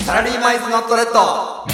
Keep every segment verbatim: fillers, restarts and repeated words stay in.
サラリーマイズノットレッド。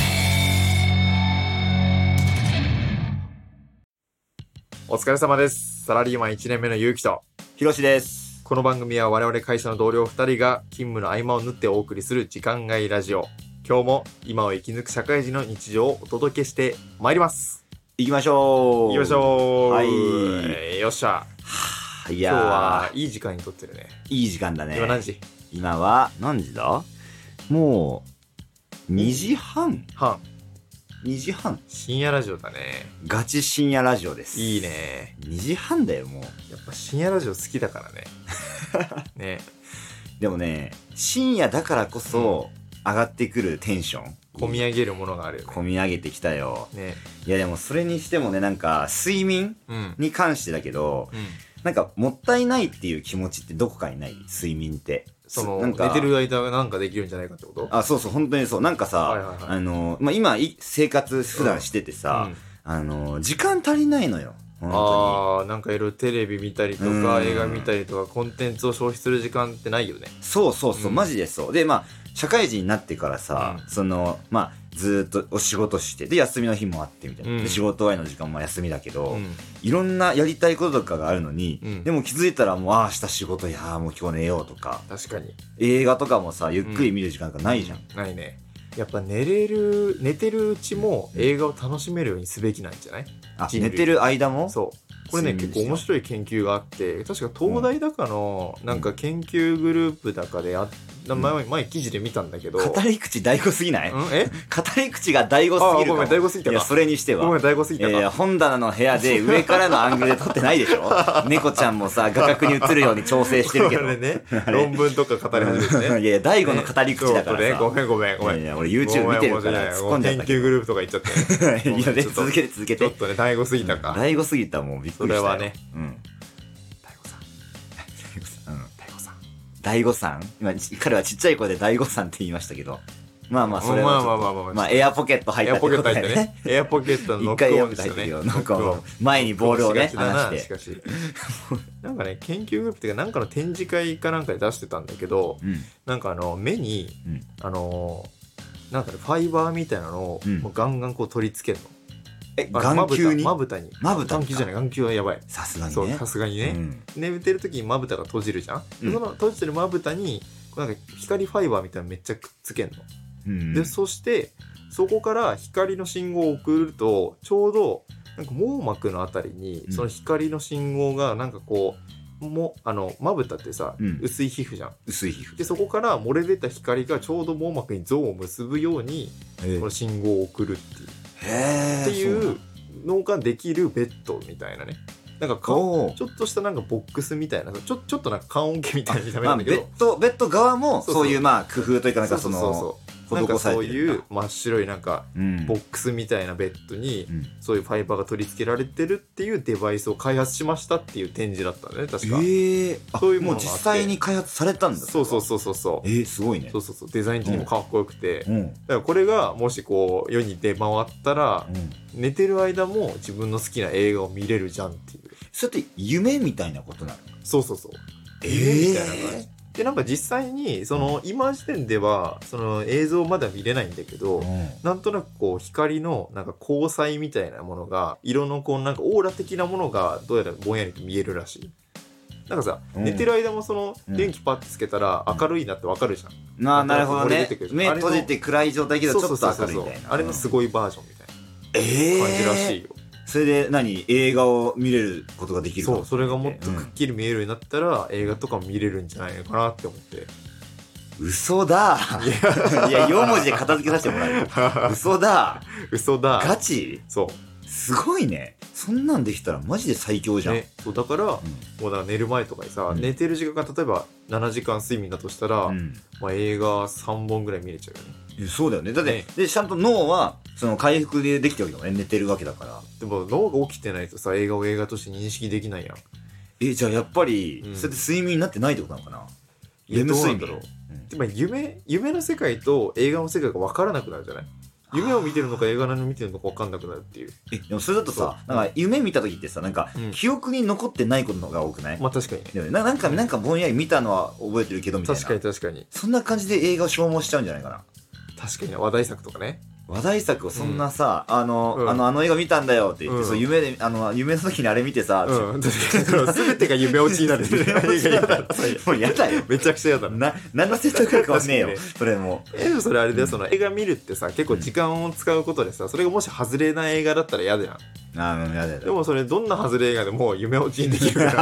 お疲れ様です。サラリーマンいちねんめのゆうきとひろしです。 この番組は我々会社の同僚ふたりが勤務の合間を縫ってお送りする時間外ラジオ。今日も今を生き抜く社会人の日常をお届けしてまいります。 行きましょう。 行きましょう。 はい、 えー、よっしゃ。 はあ、いやー、 今日はいい時間にとってるね。 いい時間だね。 今何時？ 今は何時だ？もうにじはん。 半。 にじはん。 深夜ラジオだね。 ガチ深夜ラジオです。 いいね。 にじはんだよ、もう。 やっぱ深夜ラジオ好きだからね。ね。 でもね、深夜だからこそ上がってくるテンション、 込み上げるものがあるよね。 込み上げてきたよ。 ね。 いやでもそれにしてもね、なんか睡眠うん。 に関してだけど、 うん。 なんかもったいないっていう気持ちってどこかにない？睡眠って。 そのなんか寝てる間がなんかできるんじゃないかってこと？ あ、そうそう、本当にそう。なんかさ、 はいはいはいあの、まあ、今い、生活普段しててさ、 うんあの、時間足りないのよ。本当ああ、なんかいろいろテレビ見たりとうんか映画見たりとかコンテンツを消費する時間ってないよね。 に。そうそうそう、 うんマジでそう。で、まあ、社会人になってからさ、 うんその、まあ、ずーっとお仕事して、で、休みの日もあってみたいな。 うんで、仕事終わりの時間も休みだけど、 うん。 いろんなやりたいこととかがあるのに、 うんでも気づいたらもう、ああ、明日仕事やー、もう今日寝ようとか、 確かに。 映画とかもさ、ゆっくり見る時間がないじゃん。 ないね。やっぱ寝れる、寝てるうちも映画を楽しめるようにすべきなんじゃない？ あ、 人類寝てる間もそう。これね、結構睡眠面白い研究があって、確か東大だかの、なんか研究グループだかであっん前、前記事で見たんだけど。 語り口大悟すぎない？ うんえ語り口が大悟すぎるかも。 あごめん大悟すぎたかいや、それにしては。 ごめん、大悟すぎたか。 いやいや、本棚の部屋で上からのアングルで撮ってないでしょ猫ちゃんもさ、画角に映るように調整してるけど。 これね、論文とか語り始めてね。 いやいや、大悟の語り口だからさ。 ね、ごめんごめんごめん。 いやいや、俺 YouTube 見てるから突っ込んじゃったけ研究グループとか言っちゃって。 ど。いや、で、続けて続けて。 ちょっとね、大悟すぎたか。 大悟すぎたらもうびっくりしたよ。 それはね。 うん。 大悟さん。 うん。 大悟さん。 大悟さん今、彼はちっちゃい声で大悟さんって言いましたけど。まあまあ、それはちょっと。 まあまあまあまあまあ、エアポケット入ったってことだよね。 エアポケットのノッ一回エアクオンでしたね。 ポケット入ってるよ。なんか、前にボールをね、 しがちだな離し。 してかし。なんかね、研究グループっていうか、なんかの展示会かなんかで出してたんだけど、 うん。 なんかあの、目に、 うん。 あの、なんかね、ファイバーみたいなのを、 うんもうガンガンこう取り付けるの。 え、 あ眼球にまぶたに。 まぶたに眼球じゃない、眼球はやばい。 さすがにね。 そう、さすがにね。 うん。 眠ってる時にまぶたが閉じるじゃん、 うんでその閉じてるまぶたにこうなんか光ファイバーみたいなのめっちゃくっつけんの、 うん。 でそしてそこから光の信号を送るとちょうどなんか網膜のあたりにうんその光の信号がなんかこうもあのまぶたってさ、 うん薄い皮膚じゃん薄い皮膚。 でそこから漏れ出た光がちょうど網膜に像を結ぶようにえこの信号を送るっていうへーっていうのができるベッドみたいなねなんか顔おーちょっとしたなんかボックスみたいなちょちょっとなんか棺桶みたいな見た目まあ、ベなんだけど、 ッド、ベッド側も、 そうそうそういう、まあ、工夫というか、なんかそそうそうそうの、 なんか施されそういてるんだう真っ白いなんかうん。 ボックスみたいなベッドにうん。 そういうファイバーが取り付けられてるっていうデバイスを開発しましたっていう展示だったんだね確か、 ええあ、 そういうものがあってもう実際に開発されたんだ。 そうそうそうそうそうえー、すごいねそ。うそうそうデザイン的にもかっこよくて、 うん。 だからこれがもしこう世に出回ったらうん。 寝てる間も自分の好きな映画を見れるじゃんっていうそれって夢みたいなことなの？ そうそうそうえ夢みたいな感じでなんか実際にその今時点ではその映像まだ見れないんだけど、 うん。 なんとなくこう光のなんか光彩みたいなものが色のこうなんかオーラ的なものがどうやらぼんやりと見えるらしい。なんかさ、 うん寝てる間もそのうん電気パッてつけたら明るいなってわかるじゃん。 まあ、なるほどねこれ出てく。る目閉じて暗い状態けど、ちょっと明るいみたいな。 あれのすごいバージョンみたいええな感じらしいよ。 それで何映画を見れることができるかそうそれがもっとうんくっきり見えるようになったら、映画とかも見れるんじゃないのかなって思って嘘だいや、よん文字で片付けさせてもらえる。嘘だ嘘だガチそうすごいね。そんなんできたらマジで最強じゃん。 ね、そうだから、もうだから寝る前とかにさ、 うん寝てる時間が例えばななじかん睡眠だとしたら、 うん。 まあ、映画さんぼんぐらい見れちゃうよね。 いやそうだよね。だって、 ねで、ちゃんと脳は、その回復でできてるわけだもんね。寝てるわけだから。 でも脳が起きてないとさ映画を映画として認識できないやん。 え、じゃあやっぱり、 うんそれって睡眠になってないってことなのかな？ いやレム睡眠どうなんだろうんでも夢夢の世界と映画の世界が分からなくなるじゃない。夢を見てるのか映画何を見てるのか分かんなくなるっていう。 え、でもそれだとさ、 そうなんか夢見た時ってさ、なんかうん記憶に残ってないことの方が多くない？ まあ確かにね。 だよねななんか、なんかぼんやり見たのは覚えてるけどみたいな。 確かに確かに。 そんな感じで映画を消耗しちゃうんじゃないかな。 確かに話題作とかね。 話題作をそんなさ、あの、 うんあの、あの映画見たんだよって言って、 うんそう夢で、あの、夢の時にあれ見てさ、 うん。全てが夢落ちになるっていう映画やだ。 もうやだよ。 めちゃくちゃやだな。 な、何の説得力はねえよ確かにね。 それも。 え、でもそれあれだよ、その映画見るってさ、結構時間を使うことでさ、それがもし外れない映画だったら嫌だよ。 ああ、やだよ。 でもそれどんな外れ映画でも夢落ちにできるから。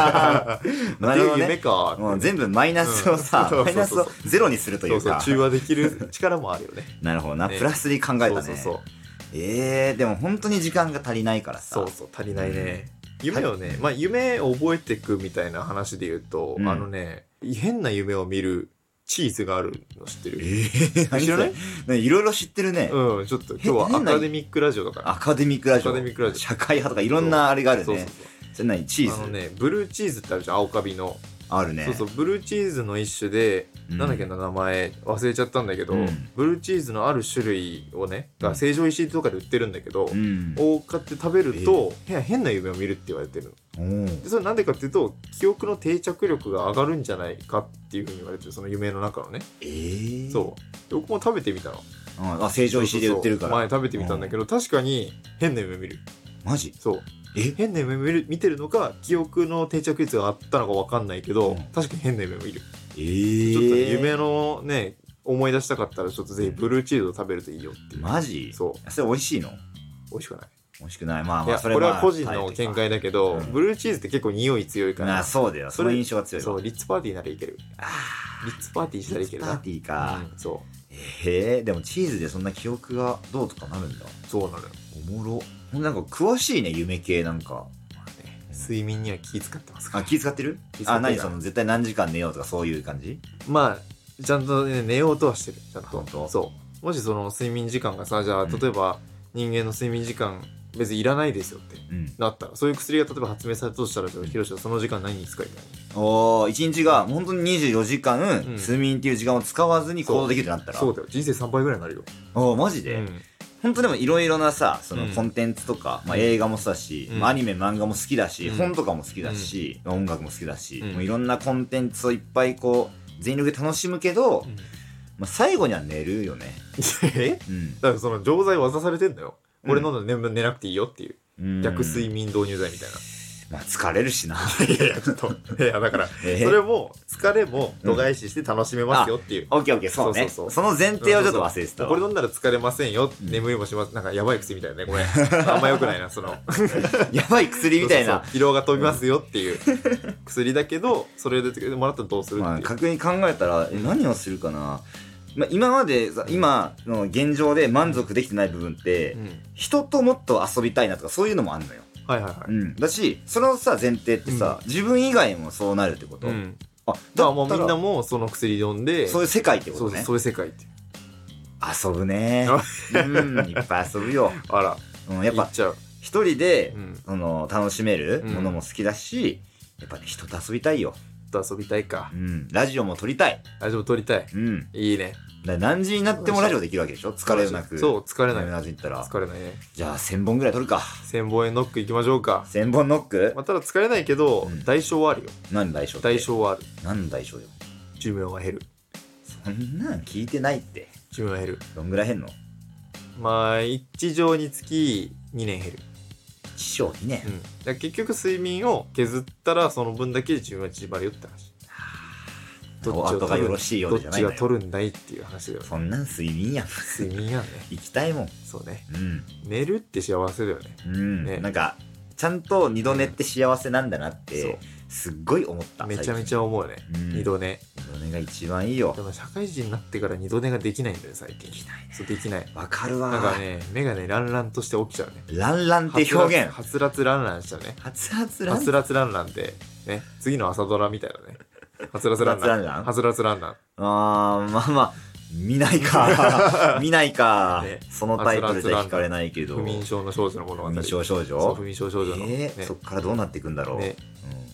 なるほどね夢か。 もう全部マイナスをさ、 うんマイナスをゼロにするといそうそう、 うか。 中和できる力もあるよね。 なるほどな。 ねプラスに考えたね。 そうそうそう。 ええー、でも本当に時間が足りないからさ。 そうそう、足りないね。夢をね、まあ夢を覚えていくみたいな話で言うと、 うんあのね、変な夢を見るチーズがあるの知ってる？ ええー、 知らない何いろいろ知ってるね。 うん、ちょっと今日はアカデミックラジオだから。 アカデミックラジオ。 アカデミックラジオ社会派とかいろんなあれがあるね。 そうそうそう。 それ何チーズあのね、ブルーチーズってあるじゃん、青カビの。 あるね。 そうそう、ブルーチーズの一種で、 うんなんだっけな、名前忘れちゃったんだけど、 うんブルーチーズのある種類をね、 うんが成城石井とかで売ってるんだけど、 うん。 を買って食べると、変変な夢を見るって言われてるの。 おでそれなんでかっていうと、記憶の定着力が上がるんじゃないかっていうふうに言われてる、その夢の中のね。 えー、 そう。で僕も食べてみたの。 うん。あ、成城石井で売ってるから。 そうそうそう前食べてみたんだけど、確かに変な夢見る。 マジそう。 え変な夢見る見てるのか、記憶の定着率があったのか分かんないけど、 うん確かに変な夢見る。 えー、 ちょっとね、夢のね、思い出したかったら、ちょっとぜひブルーチーズを食べるといいよっていう。 マジそう。 それ美味しいの美味しくない。 美味しくない。まあいや、 まあ、それこれはまあ個人の見解だけど、 うんブルーチーズって結構匂い強いかまあら、 そうだよ。その印象が強いわ。 そう、リッツパーティーならいける。 あリッツパーティーしたらいけるな。 パーティーか。 うんそへえ、でもチーズでそんな記憶がどうとかなるんだ。 う。そうなのよ。 おもろ。ほんなんか詳しいね、夢系なんか。 まあね、睡眠には気使ってますかあ、 ら。 気遣ってる気遣ってるあ、何その絶対何時間寝ようとかそういう感じまあ、ちゃんとね、寝ようとはしてる。ちゃんと。 ほんとそう。もしその睡眠時間がさ、じゃあ、 うん例えば人間の睡眠時間別にいらないですよってうん。 なったら、そういう薬が例えば発明されたとしたら、じゃあ、ヒロシはその時間何に使いたい？ おー、一日が本当ににじゅうよじかん、 ん睡眠っていう時間を使わずに行動できるようになったら。 そうだよ。人生さんばいぐらいになるよ。 おー、マジで、 うん。 本当でもいろいろなさ、そのうんコンテンツとか、まあうん映画もそうだし、 うんまあアニメ、漫画も好きだし、 うん本とかも好きだし、音楽も好きだし、 うんもういろんなコンテンツをいっぱいこう、全力で楽しむけど、まあ最後には寝るよね。 えうん。 だからその錠剤渡されてんだよ。これ飲んだら寝寝なくていいよっていう。 うん逆睡眠導入剤みたいな。 まあ疲れるしな。 いやいや、ちょっと。いや、だから、 えーそれも疲れも度外視して楽しめますよっていう。 オッケーオッケー、そうね。 そうそうそうその前提をちょっと忘れてたわ。 これ飲んだら疲れませんよ。 うん眠りもします。なんかやばい薬みたいなね。ごめん。あんま良くないな、その。 やばい薬みたいなそう。そうそう疲労が飛びますよっていう薬だけど、それでもらったらどうするまあ、 っていう。 確認考えたら、え何をするかな。まあ、今までさ、今の現状で満足できてない部分って、 うん人ともっと遊びたいなとかそういうのもあんのよ。 はいはいはい。 うん。だし、そのさ、前提ってさ、自分以外もそうなるってこと、 うん。 あ、 だからもうったらみんなもその薬飲んで、 そういう世界ってことね。 そうそういう世界っていう。 遊ぶね。うん、いっぱい遊ぶよ。 あら、 うん、やっぱ言っ、ちゃう。 一人で、 うん。 その、楽しめるうんものも好きだし、やっぱね、人と遊びたいよ。 ちょっと遊びたいかう。ん。ラジオも撮りたい。 ラジオ撮りたい。 うん。 いいね。 だから何時になってもラジオできるわけでしょ疲れなく。 そう、疲れない。 眠らずに行ったら。 疲れないね。 じゃあ、千本ぐらい撮るか。 千本円ノック行きましょうか。 千本ノックまあ、ただ疲れないけど、 うん代償はあるよ。 何代償って代償はある。 何代償よ。 寿命は減る。 そんなん聞いてないって。 寿命は減る。 どんぐらい減んのまあ、一錠につきにねん減る。 一生にねうん。だから結局睡眠を削ったら、その分だけで寿命は縮まるよって話。 お後がよろしいようどっちでじゃないのよ。 が取るんだいっていう話だよね。 そんなん睡眠やん。 睡眠やんね。 行きたいもん。 そうね。 うん。 寝るって幸せだよね。 うん。 ねなんか、ちゃんと二度寝って幸せなんだなっそうて、すっごい思った。 めちゃめちゃ。 ゃ思うよね。 うん二度寝。 二度寝が一番いいよで。も社会人になってから二度寝ができないんだよ、最近。 できないねそう、できない。 わかるわ。 なんかね、目がね、ランランとして起きちゃうね。 ランランって表現。 はつらつランランしちゃうね。 はつらつランはつらつランランって、ね、次の朝ドラみたいなね。はつらつランラン。 ははつらつランラン。 あー、まあまあ、見ないか。見ないかね。 そのタイトルじゃ聞かれないけど。 不眠症の少女の物語。 不眠症少そう女不眠症少女の。 えーねそっからどうなっていくんだろう。 ねうん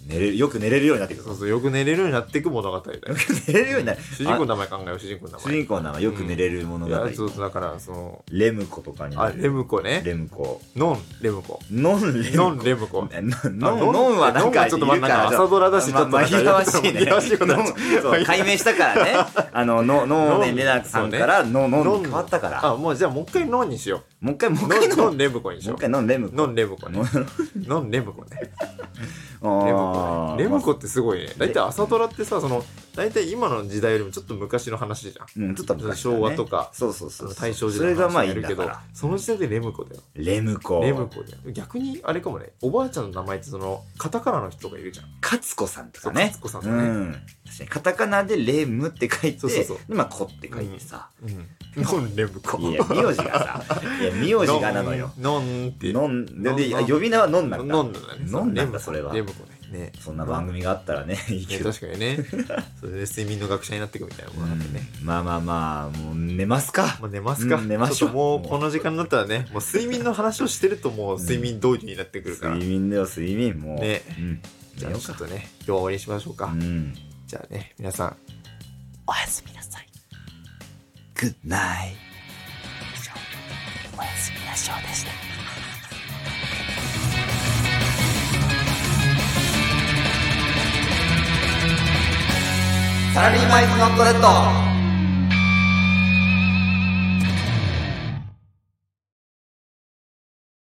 寝れる、よく寝れるようになっていく。 そうそう、よく寝れるようになっていく物語だよ。 よく寝れるようになる。 主人公の名前考えよう、主人公の名主前。 人公の名前よく寝れる物語。 いや、そうそう、だから、その、 レムコとかにもあ、レムコね。 レムコ。 ノン、レムコ。 ノンレムコ。 ノン、レムコ。 ノン、ノンはなんか、 ちょっとまあなんか朝ドラだし、ちょっと紛らわしいね。 紛らわしいことになっちゃうそう、解明したからね。あの、ノーネンレナさんからノンに変わったから。 あ、もうじゃあもう一回ノンにしよう。もう一回、もう一う。 回ノンレムコにしよう。 もう一回ノンレムコ。 ノンレムコね。ノンレムコね。レムコあね。レムコってすごいね。だいたい朝ドラってさ、その、だいたい今の時代よりもちょっと昔の話じゃん。 うん、ちょっと昔。 昭和とか、 そうそうそう。 大正時代の話やるけど、その時代でレムコだよ。 レムコ。 レムコだよ。逆に、あれかもね、おばあちゃんの名前ってその、カタカナの人がいるじゃん。 カツコさんとかね。 カツコさんとかね。 うん。確かに、カタカナでレムって書いて、 そうそうそう。 で、まあ、コって書いてさ。 うん。ノンレムコ。 いや、名字がさ、いや、名字がなのよ。 ノンって。 ノン、で、呼び名はノンなんだ。 ノンなんだね。 ノンなんだ、それは。 レムコね。ね。 そんな番組があったらね、いいけど。 確かにね。それで睡眠の学者になっていくみたいなものなんでね。 まあまあまあ、もう寝ますか。 もう寝ますか。 寝ましょう。 もうこの時間になったらね、もう睡眠の話をしてるともう睡眠導入になってくるから。 睡眠だよ、睡眠。もう。 ね。 うん。 じゃあちょっとね、今日は終わりにしましょうか。 うん。 じゃあね、皆さん、おやすみなさい。 Good night。 おやすみなしょうでした。 サラリーマイズノットレッド。